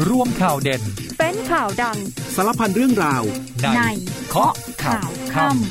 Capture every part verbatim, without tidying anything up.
รวมข่าวเด่นเป็นข่าวดังสารพันเรื่องราวในเคาะข่าวค่ำ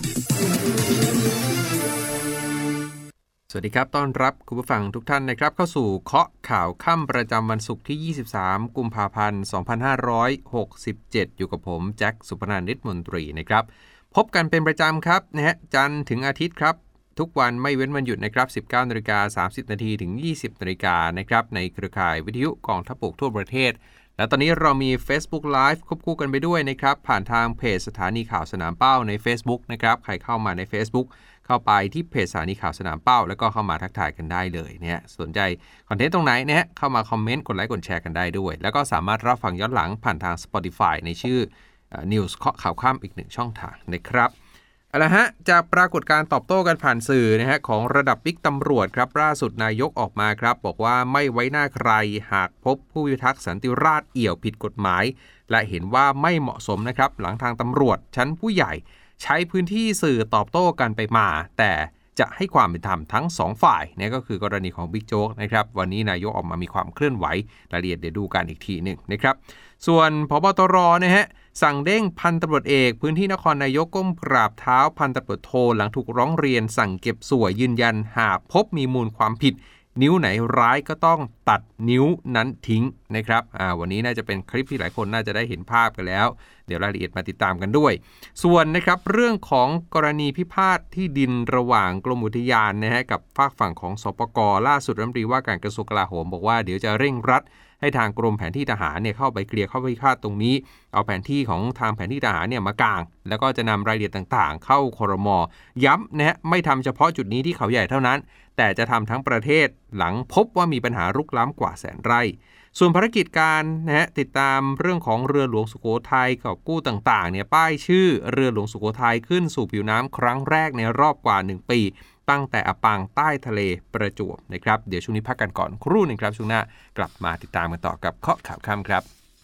สวัสดีครับต้อนรับคุณผู้ฟังทุกท่านนะครับเข้าสู่เคาะข่าวค่ำประจำวันศุกร์ที่ยี่สิบสามกุมภาพันธ์สองพันห้าร้อยหกสิบเจ็ดอยู่กับผมแจ็คสุพนันท์นิตมนตรีนะครับพบกันเป็นประจำครับนะฮะจันทร์ถึงอาทิตย์ครับทุกวันไม่เว้นวันหยุดนะครับ สิบเก้านาฬิกาสามสิบนาทีถึง ยี่สิบนาฬิกานะครับในเครือข่ายวิทยุกองทัพบกทั่วประเทศและตอนนี้เรามี Facebook Live ควบคู่กันไปด้วยนะครับผ่านทางเพจสถานีข่าวสนามเป้าใน Facebook นะครับใครเข้ามาใน Facebook เข้าไปที่เพจสถานีข่าวสนามเป้าแล้วก็เข้ามาทักทายกันได้เลยเนี่ยสนใจคอนเทนต์ตรงไหนนะฮะเข้ามาคอมเมนต์กดไลค์กดแชร์กันได้ด้วยแล้วก็สามารถรับฟังย้อนหลังผ่านทาง Spotify ในชื่อ News เคาะข่าวค่ำอีกหนึ่งช่องทางนะครับเอาละฮะจากปรากฏการณ์ตอบโต้กันผ่านสื่อนะฮะของระดับบิ๊กตำรวจครับล่าสุดนายกออกมาครับบอกว่าไม่ไว้หน้าใครหากพบผู้พิทักษ์สันติราษฎร์เอี่ยวผิดกฎหมายและเห็นว่าไม่เหมาะสมนะครับหลังทางตำรวจชั้นผู้ใหญ่ใช้พื้นที่สื่อตอบโต้กันไปมาแต่จะให้ความเป็นธรรมทั้งสองฝ่ายนี่ก็คือกรณีของบิ๊กโจ๊กนะครับวันนี้นายกออกมามีความเคลื่อนไหวรายละเอียดเดี๋ยวดูกันอีกทีหนึ่งนะครับส่วนผบ.ตร.นะฮะสั่งเด้งพันตำรวจเอกพื้นที่นครนายกก้มกราบเท้าพันตำรวจโทหลังถูกร้องเรียนสั่งเก็บสวยยืนยันหากพบมีมูลความผิดนิ้วไหนร้ายก็ต้องตัดนิ้วนั้นทิ้งนะครับอ่าวันนี้น่าจะเป็นคลิปที่หลายคนน่าจะได้เห็นภาพกันแล้วเดี๋ยวรายละเอียดมาติดตามกันด้วยส่วนนะครับเรื่องของกรณีพิพาทที่ดินระหว่างกรมอุทยานนะฮะกับฝากฝั่งของสปก.ล่าสุดรัฐมนตรีว่าการกระทรวงกลาโหมบอกว่าเดี๋ยวจะเร่งรัดให้ทางกรมแผนที่ทหารเนี่ยเข้าไปเคลียร์ข้อพิพาทตรงนี้เอาแผนที่ของทางแผนที่ทหารเนี่ยมากางแล้วก็จะนำรายละเอียดต่างๆเข้าครม.ย้ำนะฮะไม่ทำเฉพาะจุดนี้ที่เขาใหญ่เท่านั้นแต่จะทำทั้งประเทศหลังพบว่ามีปัญหารุกล้ำกว่าแสนไร่ส่วนภารกิจการนะฮะติดตามเรื่องของเรือหลวงสุโขทัยกับกู้ต่างๆเนี่ยป้ายชื่อเรือหลวงสุโขทัยขึ้นสู่ผิวน้ำครั้งแรกในรอบกว่าหนึ่งปีตั้งแต่อับปางใต้ทะเลประจวบนะครับเดี๋ยวช่วงนี้พักกันก่อนครู่นึงครับช่วงหน้ากลับมาติดตามกันต่อกับเคาะข่าวค่ำครับ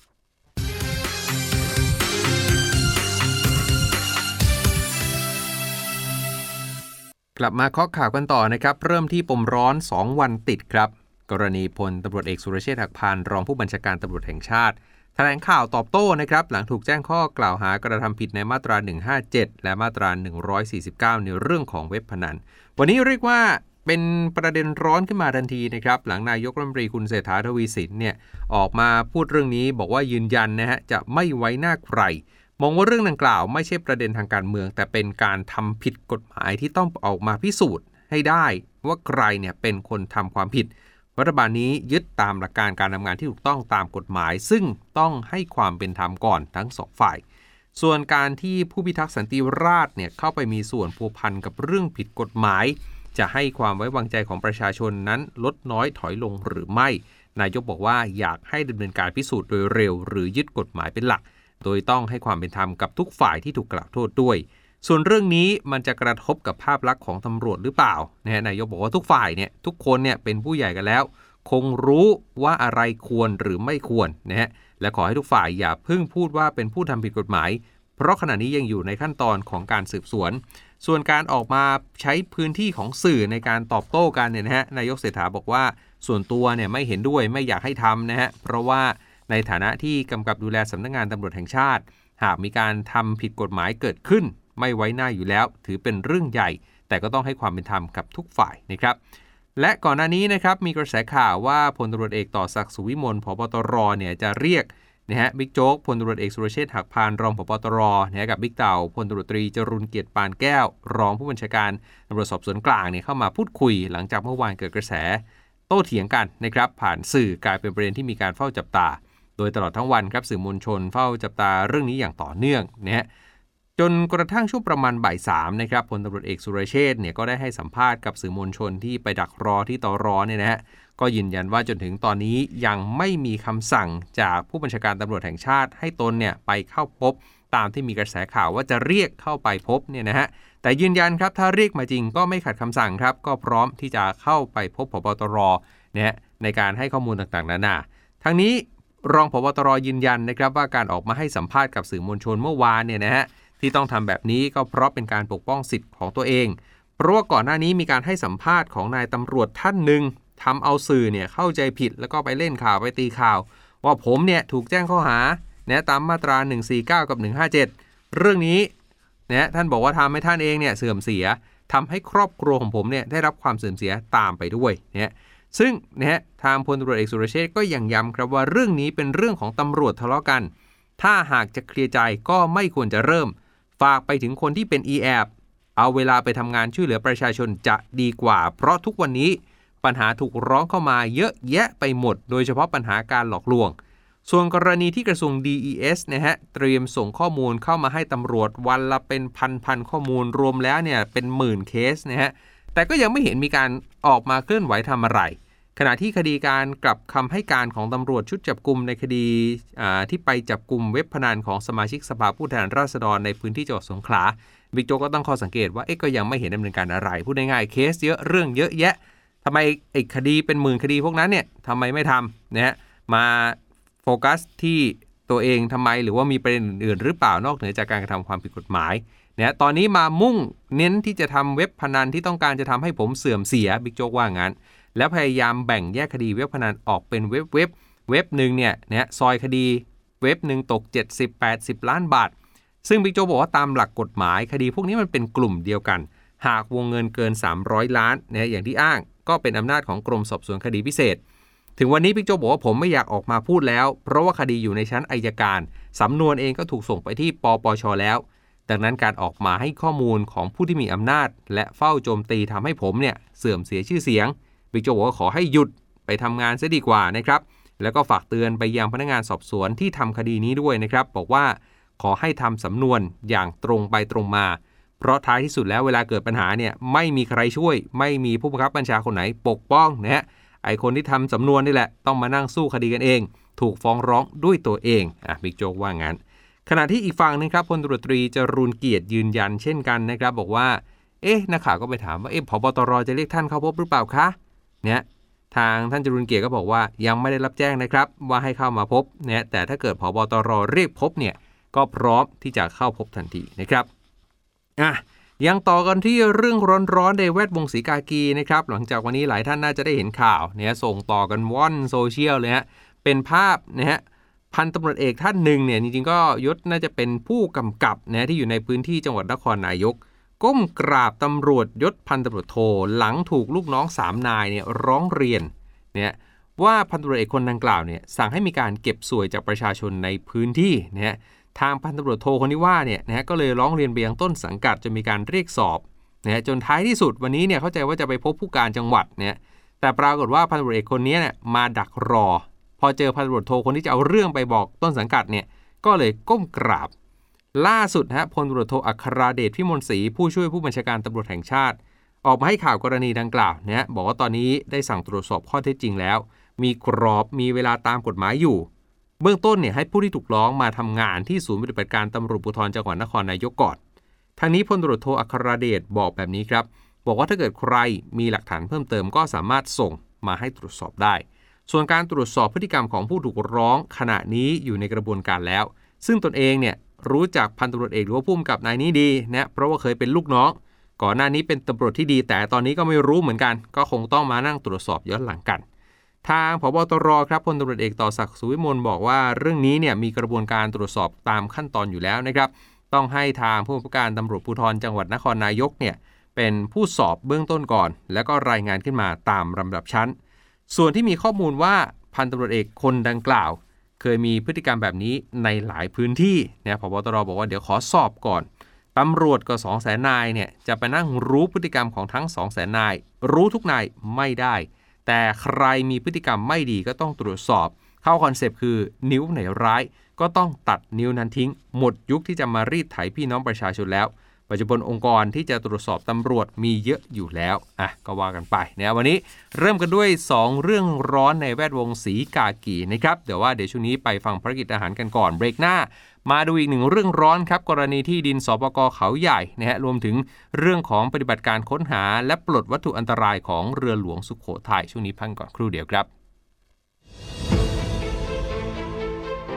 กลับมาเคาะข่าวกันต่อนะครับเริ่มที่ปมร้อนสองวันติดครับกรณีพลตำรวจเอกสุรเชษฐ์หักพานรองผู้บัญชาการตำรวจแห่งชาติแถลงข่าวตอบโต้นะครับหลังถูกแจ้งข้อกล่าวหากระทำผิดในมาตราหนึ่งห้าเจ็ดและมาตราหนึ่งร้อยสี่สิบเก้าในเรื่องของเว็บพนันวันนี้เรียกว่าเป็นประเด็นร้อนขึ้นมาทันทีนะครับหลังนายกรัฐมนตรีคุณเศรษฐาทวีสินเนี่ยออกมาพูดเรื่องนี้บอกว่ายืนยันนะฮะจะไม่ไว้หน้าใครมองว่าเรื่องดังกล่าวไม่ใช่ประเด็นทางการเมืองแต่เป็นการทำผิดกฎหมายที่ต้องออกมาพิสูจน์ให้ได้ว่าใครเนี่ยเป็นคนทำความผิดรัฐบาลนี้ยึดตามหลักการการทำงานที่ถูกต้องตามกฎหมายซึ่งต้องให้ความเป็นธรรมก่อนทั้งสองฝ่ายส่วนการที่ผู้พิทักษ์สันติราษฎร์เนี่ยเข้าไปมีส่วนพัวพันกับเรื่องผิดกฎหมายจะให้ความไว้วางใจของประชาชนนั้นลดน้อยถอยลงหรือไม่นายกบอกว่าอยากให้ดำเนินการพิสูจน์โดยเร็วหรือยึดกฎหมายเป็นหลักโดยต้องให้ความเป็นธรรมกับทุกฝ่ายที่ถูกกล่าวโทษด้วยส่วนเรื่องนี้มันจะกระทบกับภาพลักษณ์ของตำรวจหรือเปล่านะฮะนายกบอกว่าทุกฝ่ายเนี่ยทุกคนเนี่ยเป็นผู้ใหญ่กันแล้วคงรู้ว่าอะไรควรหรือไม่ควรนะฮะและขอให้ทุกฝ่ายอย่าเพิ่งพูดว่าเป็นผู้ทำผิดกฎหมายเพราะขณะนี้ยังอยู่ในขั้นตอนของการสืบสวนส่วนการออกมาใช้พื้นที่ของสื่อในการตอบโต้กันเนี่ยนะฮะนายกเศรษฐาบอกว่าส่วนตัวเนี่ยไม่เห็นด้วยไม่อยากให้ทำนะฮะเพราะว่าในฐานะที่กำกับดูแลสำนักงานตำรวจแห่งชาติหากมีการทำผิดกฎหมายเกิดขึ้นไม่ไว้หน้าอยู่แล้วถือเป็นเรื่องใหญ่แต่ก็ต้องให้ความเป็นธรรมกับทุกฝ่ายนะครับและก่อนหน้านี้นะครับมีกระแสข่าวว่าพลตำรวจเอกต่อศักดิ์สุวิมลผบ.ตร.เนี่ยจะเรียกนะฮะบิ๊กโจ๊กพลตำรวจเอกสุรเชษฐ์หักพานรองผบ.ตร.นะกับบิ๊กเต่าพลตำรวจตรีจรุลเกียรติปานแก้วรองผู้บัญชาการตำรวจสอบสวนกลางเนี่ยเข้ามาพูดคุยหลังจากเมื่อวานเกิดกระแสโต้เถียงกันนะครับผ่านสื่อกลายเป็นประเด็นที่มีการเฝ้าจับตาโดยตลอดทั้งวันครับสื่อมวลชนเฝ้าจับตาเรื่องนี้อย่างต่อเนื่องนะฮะจนกระทั่งช่วงประมาณบ่ายสามนะครับพลตำรวจเอกสุรเชษฐ์เนี่ยก็ได้ให้สัมภาษณ์กับสื่อมวลชนที่ไปดักรอที่ตร.เนี่ยนะฮะก็ยืนยันว่าจนถึงตอนนี้ยังไม่มีคำสั่งจากผู้บัญชาการตำรวจแห่งชาติให้ตนเนี่ยไปเข้าพบตามที่มีกระแสข่าวว่าจะเรียกเข้าไปพบเนี่ยนะฮะแต่ยืนยันครับถ้าเรียกมาจริงก็ไม่ขัดคำสั่งครับก็พร้อมที่จะเข้าไปพบผบ.ตร.เนี่ยในการให้ข้อมูลต่างๆนานาทั้งนี้รองผบ.ตร.ยืนยันนะครับว่าการออกมาให้สัมภาษณ์กับสื่อมวลชนเมื่อวานเนี่ยนะฮะที่ต้องทำแบบนี้ก็เพราะเป็นการปกป้องสิทธิ์ของตัวเองเพราะว่าก่อนหน้านี้มีการให้สัมภาษณ์ของนายตำรวจท่านหนึ่งทำเอาสื่อเนี่ยเข้าใจผิดแล้วก็ไปเล่นข่าวไปตีข่าวว่าผมเนี่ยถูกแจ้งข้อหานะตามมาตราหนึ่งสี่เก้ากับหนึ่งห้าเจ็ดเรื่องนี้นะท่านบอกว่าทำให้ท่านเองเนี่ยเสื่อมเสียทำให้ครอบครัวของผมเนี่ยได้รับความเสื่อมเสียตามไปด้วยนะซึ่งนะฮะทางพลตำรวจเอกสุรเชษฐ์ก็ยังย้ำครับว่าเรื่องนี้เป็นเรื่องของตำรวจทะเลาะกันถ้าหากจะเคลียร์ใจก็ไม่ควรจะเริ่มฝากไปถึงคนที่เป็น อี แอล เอาเวลาไปทำงานช่วยเหลือประชาชนจะดีกว่าเพราะทุกวันนี้ปัญหาถูกร้องเข้ามาเยอะแยะไปหมดโดยเฉพาะปัญหาการหลอกลวงส่วนกรณีที่กระทรวง ดี อี เอส นะฮะเตรียมส่งข้อมูลเข้ามาให้ตำรวจวันละเป็นพันๆข้อมูลรวมแล้วเนี่ยเป็นหมื่นเคสนะฮะแต่ก็ยังไม่เห็นมีการออกมาเคลื่อนไหวทำอะไรขณะที่คดีการกลับคำให้การของตำรวจชุดจับกุมในคดีที่ไปจับกุมเว็บพนันของสมาชิกสภาผู้แทนราษฎรในพื้นที่จังหวัดสงขลาบิ๊กโจ๊กก็ตั้งข้อสังเกตว่าเอ๊ะก็ยังไม่เห็นดำเนินการอะไรพูดง่ายๆเคสเยอะเรื่องเยอะแยะทำไมไอ้คดีเป็นหมื่นคดีพวกนั้นเนี่ยทำไมไม่ทำนะฮะมาโฟกัสที่ตัวเองทำไมหรือว่ามีประเด็นอื่นๆหรือเปล่านอกเหนือจากการกระทำความผิดกฎหมายเนี่ยตอนนี้มามุ่งเน้นที่จะทำเว็บพนันที่ต้องการจะทำให้ผมเสื่อมเสียบิ๊กโจ๊กว่างั้นแล้วพยายามแบ่งแยกคดีเว็บพนันออกเป็นเว็บเว็บเว็บหนึ่งเนี่ยเนี่ยซอยคดีเว็บหนึ่งตก เจ็ดสิบ แปดสิบ ล้านบาทซึ่งบิ๊กโจ๊กบอกว่าตามหลักกฎหมายคดีพวกนี้มันเป็นกลุ่มเดียวกันหากวงเงินเกินสามร้อยล้านเนี่ยอย่างที่อ้างก็เป็นอำนาจของกรมสอบสวนคดีพิเศษถึงวันนี้บิ๊กโจ๊กบอกว่าผมไม่อยากออกมาพูดแล้วเพราะว่าคดีอยู่ในชั้นอัยการสำนวนเองก็ถูกส่งไปที่ปปช.แล้วดังนั้นการออกมาให้ข้อมูลของผู้ที่มีอำนาจและเฝ้าโจมตีทำให้ผมเนี่ยเสื่อมเสียชื่อเสียงบิ๊กโจ๊กบอกว่าขอให้หยุดไปทำงานซะดีกว่านะครับแล้วก็ฝากเตือนไปยังพนักงานสอบสวนที่ทำคดีนี้ด้วยนะครับบอกว่าขอให้ทำสำนวนอย่างตรงไปตรงมาเพราะท้ายที่สุดแล้วเวลาเกิดปัญหาเนี่ยไม่มีใครช่วยไม่มีผู้บังคับบัญชาคนไหนปกป้องนะฮะไอคนที่ทำสำนวนนี่แหละต้องมานั่งสู้คดีกันเองถูกฟ้องร้องด้วยตัวเองอ่ะบิ๊กโจ๊กว่างั้นขณะที่อีกฝั่งนึงครับพลตำรวจตรีจรูญเกียรติยืนยันเช่นกันนะครับบอกว่าเอ๊ะนักข่าวก็ไปถามว่าเอ๊ะผบตรจะเรียกท่านเข้าพบหรือเปล่าคะเนี่ยทางท่านจรูญเกียรติก็บอกว่ายังไม่ได้รับแจ้งนะครับว่าให้เข้ามาพบเนี่ยแต่ถ้าเกิดผบตรเรียกพบเนี่ยก็พร้อมที่จะเข้าพบทันทีนะครับอ่ะยังต่อกันที่เรื่องร้อนๆในแวดวงศรีกากีนะครับหลังจากวันนี้หลายท่านน่าจะได้เห็นข่าวเนี่ยส่งต่อกันว่อนโซเชียลเลยฮะเป็นภาพนะฮะพันตำรวจเอกท่านหนึ่งเนี่ยจริงๆก็ยศน่าจะเป็นผู้กำกับนะที่อยู่ในพื้นที่จังหวัดนครนายกก้มกราบตำรวจยศพันตำรวจโทหลังถูกลูกน้องสามนายเนี่ยร้องเรียนเนี่ยว่าพันตำรวจเอกคนดังกล่าวเนี่ยสั่งให้มีการเก็บสวยจากประชาชนในพื้นที่นะฮะทางพันตำรวจโทคนที่ว่าเนี่ยนะฮะก็เลยร้องเรียนไปยังต้นสังกัดจนมีการเรียกสอบนะฮะจนท้ายที่สุดวันนี้เนี่ยเข้าใจว่าจะไปพบผู้การจังหวัดเนี่ยแต่ปรากฏว่าพันตำรวจเอกคนนี้เนี่ยมาดักรอพอเจอพันตำรวจโทคนที่จะเอาเรื่องไปบอกต้นสังกัดเนี่ยก็เลยก้มกราบล่าสุดฮะพลตำรวจโทอัครเดชพิมลศรีผู้ช่วยผู้บัญชาการตำรวจแห่งชาติออกมาให้ข่าวกรณีดังกล่าวเนี่ยบอกว่าตอนนี้ได้สั่งตรวจสอบข้อเท็จจริงแล้วมีกรอบมีเวลาตามกฎหมายอยู่เบื้องต้นเนี่ยให้ผู้ที่ถูกร้องมาทำงานที่ศูนย์ปฏิบัติการตำรวจภูธรจังหวัดนครนายกก่อนทางนี้พลตำรวจโทอัครเดชบอกแบบนี้ครับบอกว่าถ้าเกิดใครมีหลักฐานเพิ่มเติมก็สามารถส่งมาให้ตรวจสอบได้ส่วนการตรวจสอบพฤติกรรมของผู้ถูกร้องขณะนี้อยู่ในกระบวนการแล้วซึ่งตนเองเนี่ยรู้จักพันตำรวจเอกหรือว่าผู้กำกับนายนี้ดีนะเพราะว่าเคยเป็นลูกน้องก่อนหน้านี้เป็นตำรวจที่ดีแต่ตอนนี้ก็ไม่รู้เหมือนกันก็คงต้องมานั่งตรวจสอบย้อนหลังกันทางผบตรครับพลตำรวจเอกต่อศักดิ์สุวิมลบอกว่าเรื่องนี้เนี่ยมีกระบวนการตรวจสอบตามขั้นตอนอยู่แล้วนะครับต้องให้ทางผู้บังคับการตำรวจภูธรจังหวัดนครนายกเนี่ยเป็นผู้สอบเบื้องต้นก่อนแล้วก็รายงานขึ้นมาตามลำดับชั้นส่วนที่มีข้อมูลว่าพันตำรวจเอกคนดังกล่าวเคยมีพฤติกรรมแบบนี้ในหลายพื้นที่เนี่ยผบตรบอกว่าเดี๋ยวขอสอบก่อนตำรวจก็สองแสนนายเนี่ยจะไปนั่งรู้พฤติกรรมของทั้งสองแสนนายรู้ทุกนายไม่ได้แต่ใครมีพฤติกรรมไม่ดีก็ต้องตรวจสอบเข้าคอนเซปต์คือนิ้วไหนร้ายก็ต้องตัดนิ้วนั้นทิ้งหมดยุคที่จะมารีดไถพี่น้องประชาชนแล้วปัจจุบันองค์กรที่จะตรวจสอบตำรวจมีเยอะอยู่แล้วอ่ะก็ว่ากันไปนะวันนี้เริ่มกันด้วยสองเรื่องร้อนในแวดวงศรีกากีนะครับเดี๋ยวว่าเดี๋ยวช่วงนี้ไปฟังภารกิจอาหารกันก่อนเบรกหน้ามาดูอีกหนึ่งเรื่องร้อนครับกรณีที่ดินสปก.เขาใหญ่นะฮะรวมถึงเรื่องของปฏิบัติการค้นหาและปลดวัตถุอันตรายของเรือหลวงสุโขทัยช่วงนี้พักก่อนครู่เดียวครับก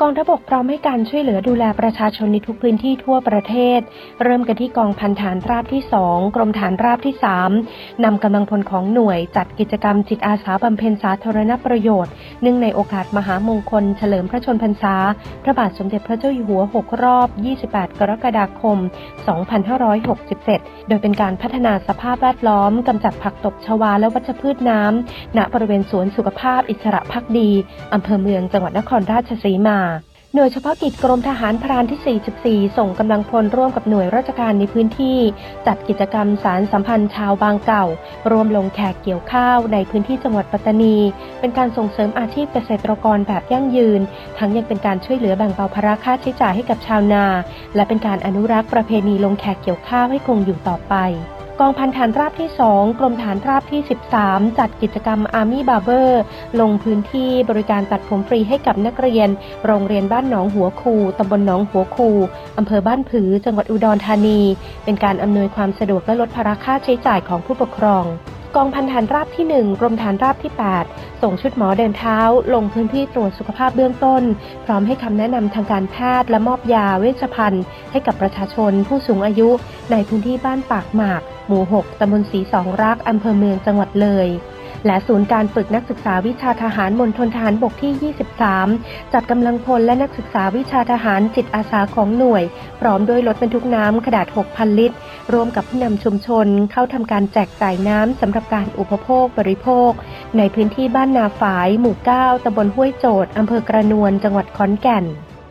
องทัพบกพร้อมให้การช่วยเหลือดูแลประชาชนในทุกพื้นที่ทั่วประเทศเริ่มกันที่กองพันฐานราบที่สองกรมฐานราบที่สามนำกำลังพลของหน่วยจัดกิจกรรมจิตอาสาบำเพ็ญสาธารณประโยชน์เนื่องในโอกาสมหามงคลเฉลิมพระชนมพรรษาพระบาทสมเด็จพระเจ้าอยู่หัวหกรอบยี่สิบแปดกรกฎาคมสองพันห้าร้อยหกสิบเจ็ดโดยเป็นการพัฒนาสภาพแวดล้อมกำจัดผักตบชวาและวัชพืชน้ำณบริเวณสวนสุขภาพอิสระภักดีอำเภอเมืองจังหวัดนครราชสีมาหน่วยเฉพาะกิจกรมทหารพรานที่สี่สิบสี่ส่งกำลังพลร่วมกับหน่วยราชการในพื้นที่จัดกิจกรรมสารสัมพันธ์ชาวบางเก่ารวมลงแขกเกี่ยวข้าวในพื้นที่จังหวัดปัตตานีเป็นการส่งเสริมอาชีพเกษตรกรแบบยั่งยืนทั้งยังเป็นการช่วยเหลือแบ่งเบาภาระค่าใช้จ่ายให้กับชาวนาและเป็นการอนุรักษ์ประเพณีลงแขกเกี่ยวข้าวให้คงอยู่ต่อไปกองพันฐานราบที่สองกรมฐานราบที่สิบสามจัดกิจกรรม Army Barber ลงพื้นที่บริการตัดผมฟรีให้กับนักเรียนโรงเรียนบ้านหนองหัวคูตำบลหนองหัวคูอำเภอบ้านผือจังหวัดอุดรธานีเป็นการอำนวยความสะดวกและลดภาระค่าใช้จ่ายของผู้ปกครองกองพันฐานราบที่หนึ่งกรมฐานราบที่แปดส่งชุดหมอเดินเท้าลงพื้นที่ตรวจสุขภาพเบื้องต้นพร้อมให้คำแนะนำทางการแพทย์และมอบยาเวชภัณฑ์ให้กับประชาชนผู้สูงอายุในพื้นที่บ้านปากหมากหมู่หกตำบลศรีสองรักอำเภอเมืองจังหวัดเลยและศูนย์การฝึกนักศึกษาวิชาทหารมณฑลทหารบกที่ยี่สิบสามจัดกำลังพลและนักศึกษาวิชาทหารจิตอาสาของหน่วยพร้อมด้วยรถบรรทุกน้ำขนาด หกพัน ลิตรร่วมกับผู้นำชุมชนเข้าทำการแจกจ่ายน้ำสำหรับการอุปโภคบริโภคในพื้นที่บ้านนาฝายหมู่เก้าตำบลห้วยโจทย์อำเภอกระนวนจังหวัดขอนแก่น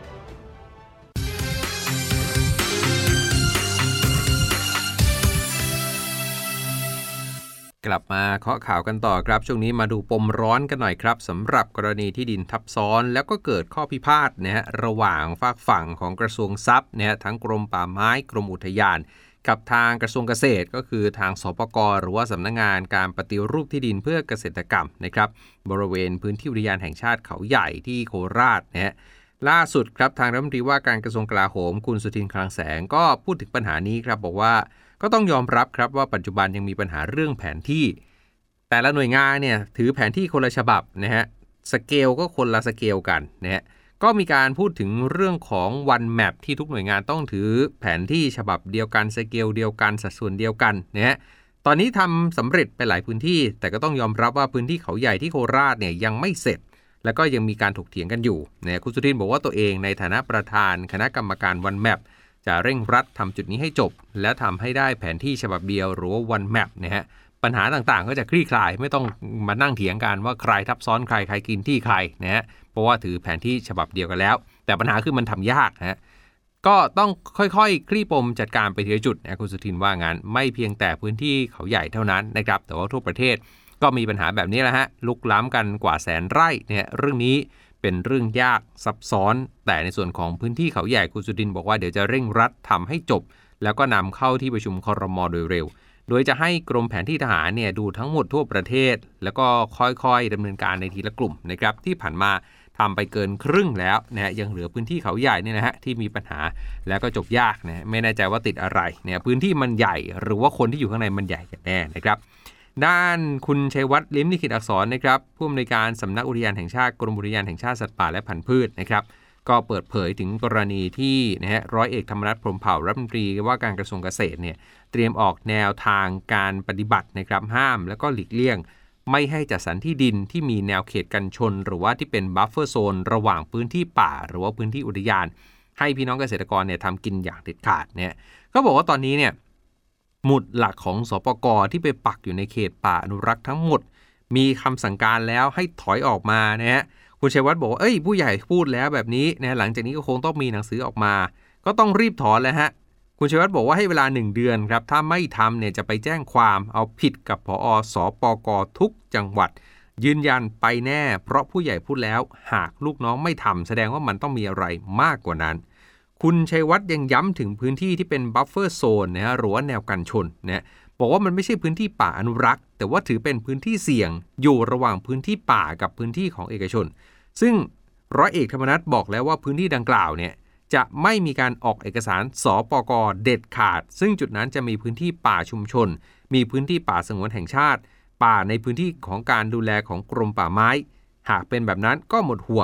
กลับมาเคาะข่าวกันต่อครับช่วงนี้มาดูปมร้อนกันหน่อยครับสำหรับกรณีที่ดินทับซ้อนแล้วก็เกิดข้อพิพาทนะฮะระหว่างฝากฝั่งของกระทรวงทรัพย์นะฮะทั้งกรมป่าไม้กรมอุทยานกับทางกระทรวงเกษตรก็คือทางสปก.หรือว่าสำนักงานการปฏิรูปที่ดินเพื่อเกษตรกรรมนะครับบริเวณพื้นที่อุทยานแห่งชาติเขาใหญ่ที่โคราชนะฮะล่าสุดครับทางรัฐมนตรีว่าการกระทรวงกลาโหมคุณสุทินคลังแสงก็พูดถึงปัญหานี้ครับบอกว่าก็ต้องยอมรับครับว่าปัจจุบันยังมีปัญหาเรื่องแผนที่แต่ละหน่วยงานเนี่ยถือแผนที่คนละฉบับนะฮะสเกลก็คนละสเกลกันนะฮะก็มีการพูดถึงเรื่องของ One Map ที่ทุกหน่วยงานต้องถือแผนที่ฉบับเดียวกันสเกลเดียวกันสัดส่วนเดียวกันนะฮะตอนนี้ทำสำเร็จไปหลายพื้นที่แต่ก็ต้องยอมรับว่าพื้นที่เขาใหญ่ที่โคราชเนี่ยยังไม่เสร็จแล้วก็ยังมีการถกเถียงกันอยู่นะคุณสุทินบอกว่าตัวเองในฐานะประธานคณะกรรมการ One Map จะเร่งรัดทำจุดนี้ให้จบและทำให้ได้แผนที่ฉบับเดียวหรือว่า One Map นะฮะปัญหาต่างๆก็จะคลี่คลายไม่ต้องมานั่งเถียงกันว่าใครทับซ้อนใครใครกินที่ใครนะฮะเพราะว่าถือแผนที่ฉบับเดียวกันแล้วแต่ปัญหาคือมันทำยากฮะก็ต้องค่อยๆคลี่ปมจัดการไปทีละจุดนะคุณสุทินว่างั้นไม่เพียงแต่พื้นที่เขาใหญ่เท่านั้นนะครับแต่ว่าทั่วประเทศก็มีปัญหาแบบนี้แหละฮะลุกล้ำกันกว่าแสนไร่เนี่ยเรื่องนี้เป็นเรื่องยากซับซ้อนแต่ในส่วนของพื้นที่เขาใหญ่คุณสุทินบอกว่าเดี๋ยวจะเร่งรัดทำให้จบแล้วก็นำเข้าที่ประชุมครม.โดยเร็วโดยจะให้กรมแผนที่ทหารเนี่ยดูทั้งหมดทั่วประเทศแล้วก็ค่อยๆดำเนินการในทีละกลุ่มนะครับที่ผ่านมาทำไปเกินครึ่งแล้วนะฮะยังเหลือพื้นที่เขาใหญ่เนี่ยนะฮะที่มีปัญหาแล้วก็จบยากนะไม่แน่ใจว่าติดอะไรเนี่ยพื้นที่มันใหญ่หรือว่าคนที่อยู่ข้างในมันใหญ่กันแน่นะครับด้านคุณชัยวัฒน์ ลิ้มลิขิตอักษรนะครับผู้อำนวยการสำนักอุทยานแห่งชาติกรมอุทยานแห่งชาติสัตว์ป่าและพันธุ์พืชนะครับก็เปิดเผยถึงกรณีที่นะฮะร้อยเอกธรรมนัส พรหมเผ่ารัฐมนตรีว่าการกระทรวงเกษตรเนี่ยเตรียมออกแนวทางการปฏิบัตินะครับห้ามแล้วก็หลีกเลี่ยงไม่ให้จัดสรรที่ดินที่มีแนวเขตกันชนหรือว่าที่เป็นบัฟเฟอร์โซนระหว่างพื้นที่ป่าหรือว่าพื้นที่อุทยานให้พี่น้องเกษตรกรเนี่ยทำกินอย่างเด็ดขาดเนี่ยก็บอกว่าตอนนี้เนี่ยหมุดหลักของสปก.ที่ไปปักอยู่ในเขตป่าอนุรักษ์ทั้งหมดมีคำสั่งการแล้วให้ถอยออกมานะฮะคุณชัยวัฒน์บอกว่าเอ้ยผู้ใหญ่พูดแล้วแบบนี้นะหลังจากนี้ก็คงต้องมีหนังสือออกมาก็ต้องรีบถอนแล้วฮะคุณชัยวัฒน์บอกว่าให้เวลาหนึ่งเดือนครับถ้าไม่ทำเนี่ยจะไปแจ้งความเอาผิดกับผอ.สปก.ทุกจังหวัดยืนยันไปแน่เพราะผู้ใหญ่พูดแล้วหากลูกน้องไม่ทำแสดงว่ามันต้องมีอะไรมากกว่านั้นคุณชัยวัฒน์ยังย้ำถึงพื้นที่ที่เป็นบัฟเฟอร์โซนนะฮะหรือว่าแนวกันชนนะบอกว่ามันไม่ใช่พื้นที่ป่าอนุรักษ์แต่ว่าถือเป็นพื้นที่เสี่ยงอยู่ระหว่างพื้นที่ป่ากับพื้นที่ของเอกชนซึ่งร้อยเอกธรรมนัสบอกแล้วว่าพื้นที่ดังกล่าวเนี่ยจะไม่มีการออกเอกสารสปก.เด็ดขาดซึ่งจุดนั้นจะมีพื้นที่ป่าชุมชนมีพื้นที่ป่าสงวนแห่งชาติป่าในพื้นที่ของการดูแลของกรมป่าไม้หากเป็นแบบนั้นก็หมดห่วง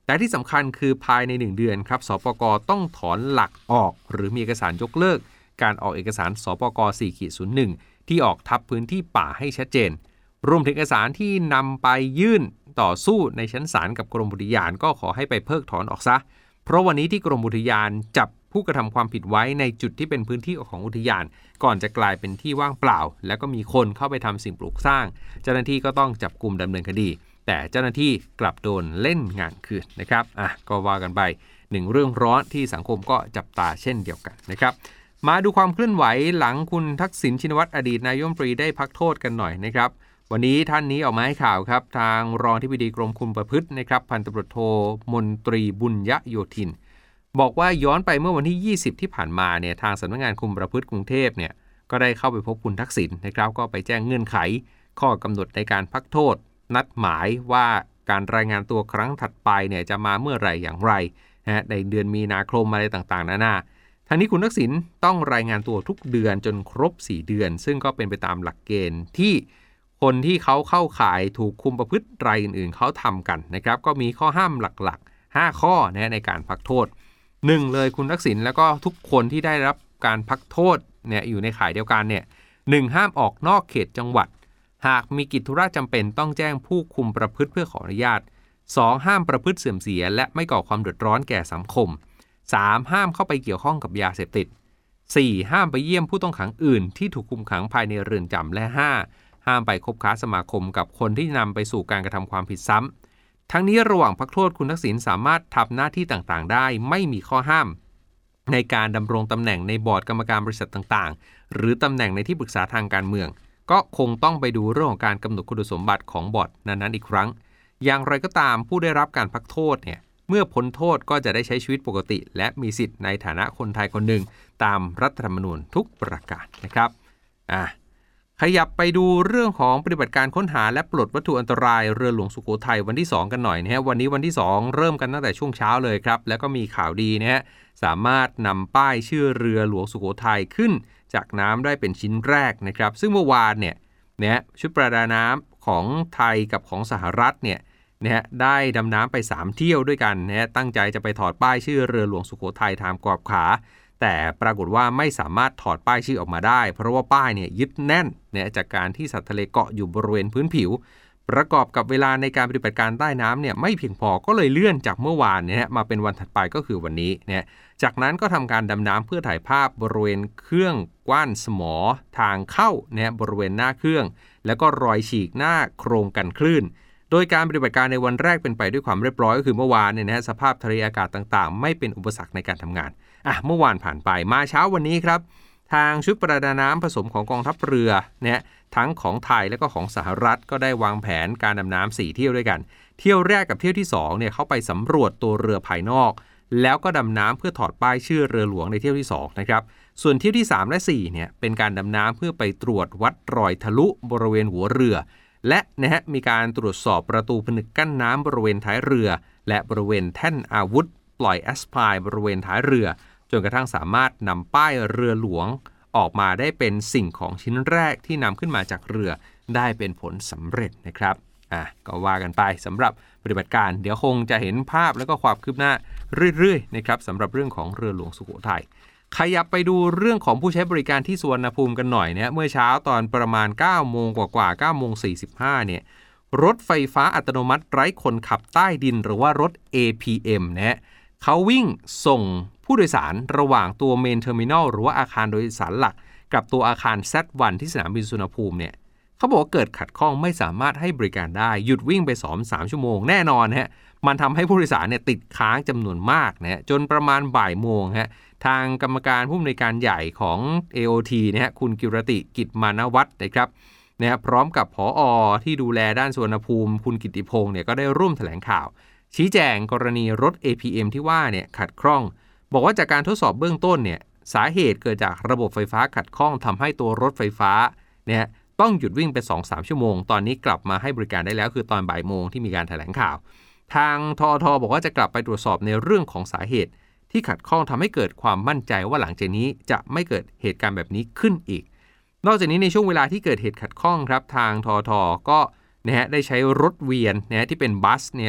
แต่ที่สำคัญคือภายในหนึ่งเดือนครับสปก.ต้องถอนหลักออกหรือมีเอกสารยกเลิกการออกเอกสารสปก. สี่ ศูนย์ หนึ่ง ที่ออกทับพื้นที่ป่าให้ชัดเจนรวมถึงเอกสารที่นำไปยื่นต่อสู้ในชั้นศาลกับกรมอุทยานก็ขอให้ไปเพิกถอนออกซะเพราะวันนี้ที่กรมอุทยานจับผู้กระทำความผิดไว้ในจุดที่เป็นพื้นที่ของอุทยานก่อนจะกลายเป็นที่ว่างเปล่าแล้วก็มีคนเข้าไปทำสิ่งปลูกสร้างเจ้าหน้าที่ก็ต้องจับกุมดำเนินคดีแต่เจ้าหน้าที่กลับโดนเล่นงานคืนนะครับอ่ะก็ว่ากันไปหนึ่งเรื่องร้อนที่สังคมก็จับตาเช่นเดียวกันนะครับมาดูความเคลื่อนไหวหลังคุณทักษิณชินวัตรอดีตนายกรัฐมนตรีได้พักโทษกันหน่อยนะครับวันนี้ท่านนี้ออกมาให้ข่าวครับทางรองอธิบดีกรมคุมประพฤตินะครับพันตำรวจโทมนตรีบุญยโยธินบอกว่าย้อนไปเมื่อวันที่ยี่สิบที่ผ่านมาเนี่ยทางสำนักงานคุมประพฤติกรุงเทพเนี่ยก็ได้เข้าไปพบคุณทักษิณนะครับก็ไปแจ้งเงื่อนไขข้อกำหนดในการพักโทษนัดหมายว่าการรายงานตัวครั้งถัดไปเนี่ยจะมาเมื่อไหร่อย่างไรนะในเดือนมีนาคมอะไรต่างๆนานาทางนี้คุณทักษิณต้องรายงานตัวทุกเดือนจนครบสี่เดือนซึ่งก็เป็นไปตามหลักเกณฑ์ที่คนที่เขาเข้าข่ายถูกคุมประพฤติรายอื่นๆเขาทำกันนะครับก็มีข้อห้ามหลักๆห้าข้อนะในการพักโทษหนึ่งเลยคุณทักษิณแล้วก็ทุกคนที่ได้รับการพักโทษเนี่ยอยู่ในข่ายเดียวกันเนี่ยหนึ่งห้ามออกนอกเขตจังหวัดหากมีกิจธุระจำเป็นต้องแจ้งผู้คุมประพฤติเพื่อขออนุญาตสองห้ามประพฤติเสื่อมเสียและไม่ก่อความเดือดร้อนแก่สังคมสามห้ามเข้าไปเกี่ยวข้องกับยาเสพติดสี่ห้ามไปเยี่ยมผู้ต้องขังอื่นที่ถูกคุมขังภายในเรือนจำและห้าห้ามไปคบค้าสมาคมกับคนที่นำไปสู่การกระทำความผิดซ้ำทั้งนี้ระหว่างพักโทษคุณทักษิณสามารถทำหน้าที่ต่างๆได้ไม่มีข้อห้ามในการดำรงตำแหน่งในบอร์ดกรรมการบริษัทต่างๆหรือตำแหน่งในที่ปรึกษาทางการเมืองก็คงต้องไปดูเรื่องของการกำหนดคุณสมบัติของบอร์ดนั้นๆอีกครั้งอย่างไรก็ตามผู้ได้รับการพักโทษเนี่ยเมื่อพ้นโทษก็จะได้ใช้ชีวิตปกติและมีสิทธิ์ในฐานะคนไทยคนหนึ่งตามรัฐธรรมนูญทุกประการนะครับอ่ะขยับไปดูเรื่องของปฏิบัติการค้นหาและปลดวัตถุอันตรายเรือหลวงสุโขทัยวันที่สองกันหน่อยนะฮะวันนี้วันที่สองเริ่มกันตั้งแต่ช่วงเช้าเลยครับแล้วก็มีข่าวดีนะฮะสามารถนำป้ายชื่อเรือหลวงสุโขทัยขึ้นจากน้ำได้เป็นชิ้นแรกนะครับซึ่งเมื่อวานเนี่ยเนี่ยชุดประดาน้ำของไทยกับของสหรัฐเนี่ยนะฮะได้ดำน้ำไปสามเที่ยวด้วยกันนะฮะตั้งใจจะไปถอดป้ายชื่อเรือหลวงสุโขทัยตามกรอบขาแต่ปรากฏว่าไม่สามารถถอดป้ายชื่อออกมาได้เพราะว่าป้ายเนี่ยยึดแน่นเนี่ยจากการที่สัตว์ทะเลเกาะอยู่บริเวณพื้นผิวประกอบกับเวลาในการปฏิบัติการใต้น้ำเนี่ยไม่เพียงพอก็เลยเลื่อนจากเมื่อวานเนี่ยมาเป็นวันถัดไปก็คือวันนี้เนี่ยจากนั้นก็ทำการดำน้ำเพื่อถ่ายภาพบริเวณเครื่องกว้านสมอทางเข้าเนี่ยบริเวณหน้าเครื่องแล้วก็รอยฉีกหน้าโครงกันคลื่นโดยการปฏิบัติการในวันแรกเป็นไปด้วยความเรียบร้อยก็คือเมื่อวานเนี่ยนะสภาพทะเลอากาศต่างๆไม่เป็นอุปสรรคในการทำงานอ่ะเมื่อวานผ่านไปมาเช้าวันนี้ครับทางชุดประดาน้ำผสมของกองทัพเรือเนี่ยทั้งของไทยและก็ของสหรัฐก็ได้วางแผนการดำน้ำสี่เที่ยวด้วยกันเที่ยวแรกกับเที่ยวที่สองเนี่ยเข้าไปสำรวจตัวเรือภายนอกแล้วก็ดำน้ำเพื่อถอดป้ายชื่อเรือหลวงในเที่ยวที่สองนะครับส่วนเที่ยวที่สามและสี่เนี่ยเป็นการดำน้ำเพื่อไปตรวจวัดรอยทะลุบริเวณหัวเรือและนะฮะมีการตรวจสอบประตูผนึกกั้นน้ำบริเวณท้ายเรือและบริเวณแท่นอาวุธปล่อยแอสไพร์บริเวณท้ายเรือจนกระทั่งสามารถนำป้ายเรือหลวงออกมาได้เป็นสิ่งของชิ้นแรกที่นำขึ้นมาจากเรือได้เป็นผลสำเร็จนะครับอ่ะก็ว่ากันไปสำหรับปฏิบัติการเดี๋ยวคงจะเห็นภาพแล้วก็ความคืบหน้าเรื่อยๆนะครับสำหรับเรื่องของเรือหลวงสุโขทัยขยับไปดูเรื่องของผู้ใช้บริการที่สุวรรณภูมิกันหน่อยเนี่ยเมื่อเช้าตอนประมาณ เก้าโมงกว่าๆ เก้าโมงสี่สิบห้าเนี่ยรถไฟฟ้าอัตโนมัติไร้คนขับใต้ดินหรือว่ารถ เอ พี เอ็ม นะฮะเขาวิ่งส่งผู้โดยสารระหว่างตัวเมนเทอร์มินอลหรือว่าอาคารโดยสารหลักกับตัวอาคาร แซด วัน ที่สนามบินสุวรรณภูมิเนี่ยเขาบอกว่าเกิดขัดข้องไม่สามารถให้บริการได้หยุดวิ่งไป สองถึงสาม ชั่วโมงแน่นอนฮะมันทำให้ผู้โดยสารเนี่ยติดค้างจำนวนมากนะฮะจนประมาณบ่ายโมงฮะทางกรรมการผู้อำนวยการใหญ่ของ เอ โอ ที นะฮะคุณกิรติกิจมานวัฒน์นะครับนะฮะพร้อมกับผอ.ที่ดูแลด้านสุวรรณภูมิคุณกิติพงษ์เนี่ยก็ได้ร่วมแถลงข่าวชี้แจงกรณีรถ เอ พี เอ็ม ที่ว่าเนี่ยขัดข้องบอกว่าจากการทดสอบเบื้องต้นเนี่ยสาเหตุเกิดจากระบบไฟฟ้าขัดข้องทำให้ตัวรถไฟฟ้าเนี่ยต้องหยุดวิ่งไป สองถึงสาม ชั่วโมงตอนนี้กลับมาให้บริการได้แล้วคือตอนบ่ายโมงที่มีการแถลงข่าวทางทอทบอกว่าจะกลับไปตรวจสอบในเรื่องของสาเหตุที่ขัดข้องทำให้เกิดความมั่นใจว่าหลังจากนี้จะไม่เกิดเหตุการณ์แบบนี้ขึ้นอีกนอกจากนี้ในช่วงเวลาที่เกิดเหตุขัดข้องครับทางทอทก็นะฮะได้ใช้รถเวียนนะฮะที่เป็นบัสเนี่ยรถ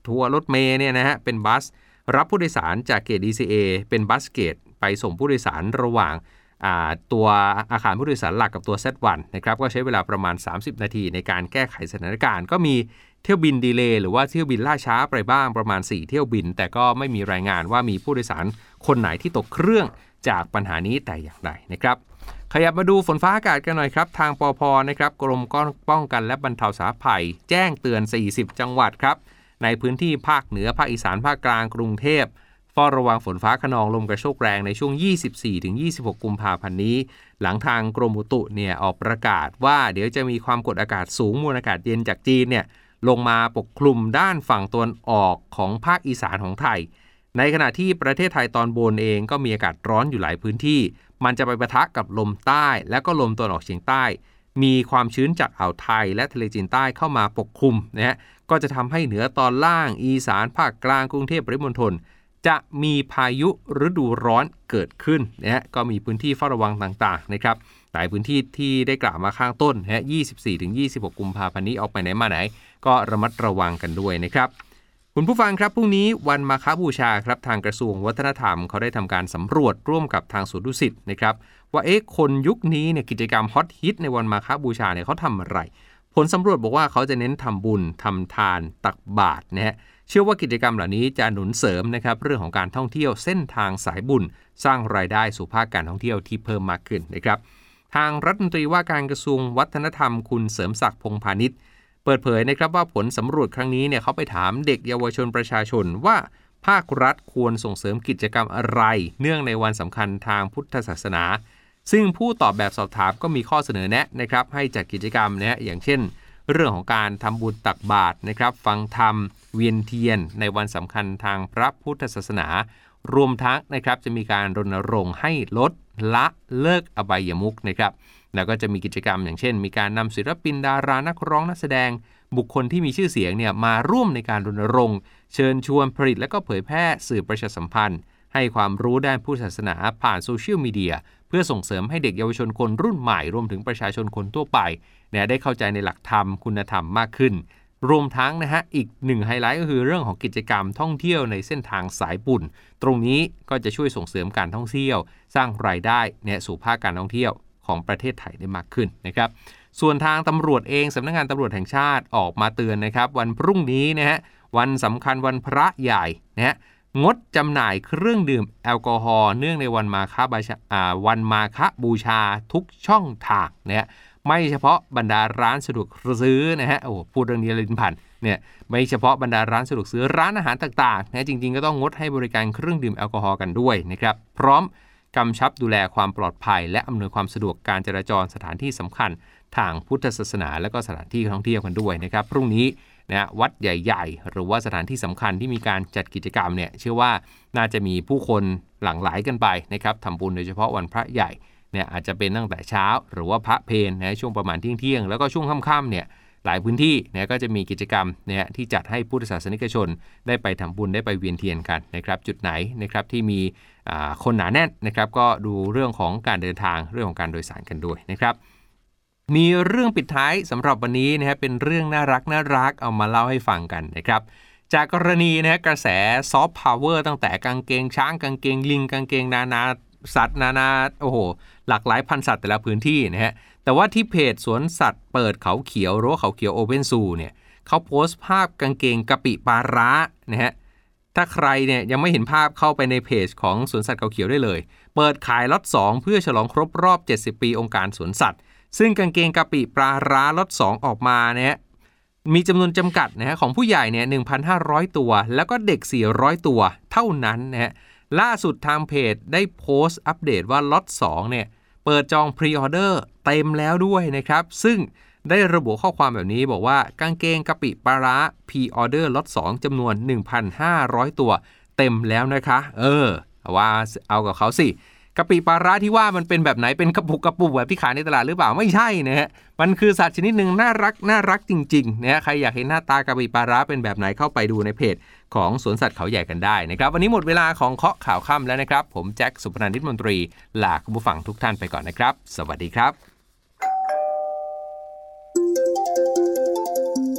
ทัวร์รถเมล์เนี่ยนะฮะเป็นบัสรับผู้โดยสารจากเกต ดี ซี เอ เป็นบัสเกตไปส่งผู้โดยสารระหว่างตัวอาคารผู้โดยสารหลักกับตัว เซต วัน นะครับก็ใช้เวลาประมาณสามสิบนาทีในการแก้ไขสถานการณ์ก็มีเที่ยวบินดีเลย์หรือว่าเที่ยวบินล่าช้าไปบ้างประมาณสี่เที่ยวบินแต่ก็ไม่มีรายงานว่ามีผู้โดยสารคนไหนที่ตกเครื่องจากปัญหานี้แต่อย่างใดนะครับขยับมาดูฝนฟ้าอากาศกันหน่อยครับทางปภ.นะครับกรมป้องกันและบรรเทาสาธารณภัยแจ้งเตือนสี่สิบจังหวัดครับในพื้นที่ภาคเหนือภาคอีสานภาคกลางกรุงเทพเฝ้าระวังฝนฟ้าคะนองลมกระโชกแรงในช่วง ยี่สิบสี่ถึงยี่สิบหก กุมภาพันธ์นี้หลังทางกรมอุตุเนี่ยออกประกาศว่าเดี๋ยวจะมีความกดอากาศสูงมวลอากาศเย็นจากจีนเนี่ยลงมาปกคลุมด้านฝั่งตะวันออกของภาคอีสานของไทยในขณะที่ประเทศไทยตอนบนเองก็มีอากาศร้อนอยู่หลายพื้นที่มันจะไปปะทะกับลมใต้และก็ลมตะวันออกเฉียงใต้มีความชื้นจากอ่าวไทยและทะเลจีนใต้เข้ามาปกคลุมนะฮะก็จะทำให้เหนือตอนล่างอีสานภาคกลางกรุงเทพปริมณฑลจะมีพายุฤดูร้อนเกิดขึ้นนะฮะก็มีพื้นที่เฝ้าระวังต่างๆนะครับหลายพื้นที่ที่ได้กล่าวมาข้างต้นนะฮะ ยี่สิบสี่ถึงยี่สิบหก กุมภาพันธ์นี้ออกไปไหนมาไหนก็ระมัดระวังกันด้วยนะครับคุณผู้ฟังครับพรุ่งนี้วันมาฆบูชาครับทางกระทรวงวัฒนธรรมเขาได้ทำการสำรวจร่วมกับทางสวนดุสิตนะครับว่าเอ๊ะคนยุคนี้เนี่ยกิจกรรมฮอตฮิตในวันมาฆบูชาเนี่ยเขาทำอะไรผลสำรวจบอกว่าเขาจะเน้นทำบุญทำทานตักบาตรนะฮะเชื่อว่ากิจกรรมเหล่านี้จะหนุนเสริมนะครับเรื่องของการท่องเที่ยวเส้นทางสายบุญสร้างรายได้สู่ภาคการท่องเที่ยวที่เพิ่มมากขึ้นนะครับทางรัฐมนตรีว่าการกระทรวงวัฒนธรรมคุณเสริมศักดิ์พงษ์พาณิชย์เปิดเผยนะครับว่าผลสำรวจครั้งนี้เนี่ยเขาไปถามเด็กเยาวชนประชาชนว่าภาครัฐควรส่งเสริมกิจกรรมอะไรเนื่องในวันสำคัญทางพุทธศาสนาซึ่งผู้ตอบแบบสอบถามก็มีข้อเสนอแนะนะครับให้จัดกิจกรรมนะอย่างเช่นเรื่องของการทำบุญตักบาตรนะครับฟังธรรมเวียนเทียนในวันสำคัญทางพระพุทธศาสนารวมทั้งนะครับจะมีการรณรงค์ให้ลดละเลิกอบายมุขนะครับแล้วก็จะมีกิจกรรมอย่างเช่นมีการนำศิลปินดารานักร้องนักแสดงบุคคลที่มีชื่อเสียงเนี่ยมาร่วมในการรณรงค์เชิญชวนผลิตและก็เผยแพร่สื่อประชาสัมพันธ์ให้ความรู้ด้านพุทธศาสนาผ่านโซเชียลมีเดียเพื่อส่งเสริมให้เด็กเยาวชนคนรุ่นใหม่รวมถึงประชาชนคนทั่วไปเนี่ยได้เข้าใจในหลักธรรมคุณธรรมมากขึ้นรวมทั้งนะฮะอีกหนึ่งไฮไลท์ก็คือเรื่องของกิจกรรมท่องเที่ยวในเส้นทางสายบุญตรงนี้ก็จะช่วยส่งเสริมการท่องเที่ยวสร้างรายได้เนี่ยสู่ภาคการท่องเที่ยวของประเทศไทยได้มากขึ้นนะครับส่วนทางตำรวจเองสำนักงานตำรวจแห่งชาติออกมาเตือนนะครับวันพรุ่งนี้นะฮะวันสำคัญวันพระใหญ่นะฮะงดจำหน่ายเครื่องดื่มแอลกอฮอล์เนื่องในวันมาฆบูชาอ่าวันมาฆบูชาทุกช่องทางนะฮะไม่เฉพาะบรรดาร้านสะดวกซื้อนะฮะโอ้พูดเรื่องนี้ลิ้นพันเนี่ยไม่เฉพาะบรรดาร้านสะดวกซื้อร้านอาหารต่างๆนะจริงๆก็ต้องงดให้บริการเครื่องดื่มแอลกอฮอล์กันด้วยนะครับพร้อมกำชับดูแลความปลอดภัยและอำนวยความสะดวกการจราจรสถานที่สำคัญทางพุทธศาสนาและก็สถานที่ท่องเที่ยวกันด้วยนะครับพรุ่งนี้นะวัดใหญ่ๆหรือว่าสถานที่สำคัญที่มีการจัดกิจกรรมเนี่ยเชื่อว่าน่าจะมีผู้คนหลั่งไหลกันไปนะครับทำบุญโดยเฉพาะวันพระใหญ่เนี่ยอาจจะเป็นตั้งแต่เช้าหรือว่าพระเพลนะช่วงประมาณเที่ยงๆแล้วก็ช่วงค่ำๆเนี่ยหลายพื้นที่เนี่ยก็จะมีกิจกรรมเนี่ยที่จัดให้พุทธศาสนิกชนได้ไปทำบุญได้ไปเวียนเทียนกันนะครับจุดไหนนะครับที่มีคนหนาแน่นนะครับก็ดูเรื่องของการเดินทางเรื่องของการโดยสารกันด้วยนะครับมีเรื่องปิดท้ายสำหรับวันนี้นะฮะเป็นเรื่องน่ารักน่ารักเอามาเล่าให้ฟังกันนะครับจากกรณีนะฮะกระแสซอฟต์พาวเวอร์ตั้งแต่กางเกงช้างกางเกงลิงกางเกงนานาสัตว์นานาโอ้โหหลากหลายพันสัตว์แต่ละพื้นที่นะฮะแต่ว่าที่เพจสวนสัตว์เปิดเขาเขียวหรือว่าเขาเขียวโอเพนซูเนี่ยเขาโพสต์ภาพกางเกงกะปิปลาร้านะฮะถ้าใครเนี่ยยังไม่เห็นภาพเข้าไปในเพจของสวนสัตว์เขาเขียวได้เลยเปิดขายล็อตสองเพื่อฉลองครบรอบเจ็ดสิบปีองค์การสวนสัตว์ซึ่งกางเกงกะปิปลาร้าล็อตสองออกมานะฮะมีจำนวนจำกัดนะฮะของผู้ใหญ่เนี่ย หนึ่งพันห้าร้อย ตัวแล้วก็เด็กสี่ร้อยตัวเท่านั้นนะฮะล่าสุดทางเพจได้โพสต์อัปเดตว่าล็อตสองเนี่ยเปิดจองพรีออเดอร์เต็มแล้วด้วยนะครับซึ่งได้ระบุข้อความแบบนี้บอกว่ากางเกงกะปิปลาร้าพรีออเดอร์ล็อตสองจำนวน หนึ่งพันห้าร้อย ตัวเต็มแล้วนะคะเออว่าเอากับเขาสิกะปิปลาร้าที่ว่ามันเป็นแบบไหนเป็นกระปุกกระปุกแบบที่ขายในตลาดหรือเปล่าไม่ใช่นะฮะมันคือสัตว์ชนิดหนึ่งน่ารักน่ารักจริงๆนะฮะใครอยากเห็นหน้าตากะปิปลาร้าเป็นแบบไหนเข้าไปดูในเพจของสวนสัตว์เขาใหญ่กันได้นะครับวันนี้หมดเวลาของเคาะข่าวค่ำแล้วนะครับผมแจ็คสุพนันท์นิตมนตรีลาคุณผู้ฟังทุกท่านไปก่อนนะครับสวัสดีครับย่อโลก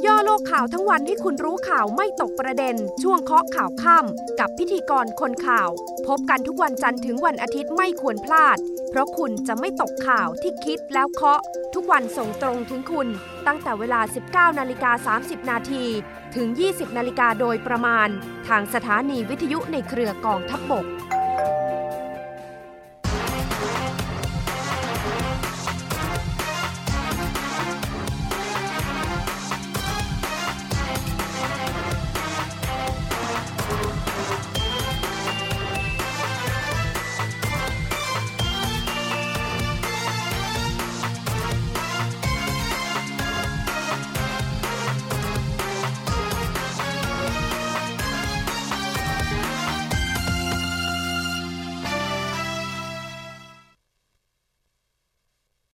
ข่าวทั้งวันให้คุณรู้ข่าวไม่ตกประเด็นช่วงเคาะข่าวค่ำกับพิธีกรคนข่าวพบกันทุกวันจันทร์ถึงวันอาทิตย์ไม่ควรพลาดเพราะคุณจะไม่ตกข่าวที่คิดแล้วเคาะทุกวันส่งตรงถึงคุณตั้งแต่เวลา สิบเก้านาฬิกาสามสิบนาทีถึง ยี่สิบนาฬิกาโดยประมาณทางสถานีวิทยุในเครือกองทัพบก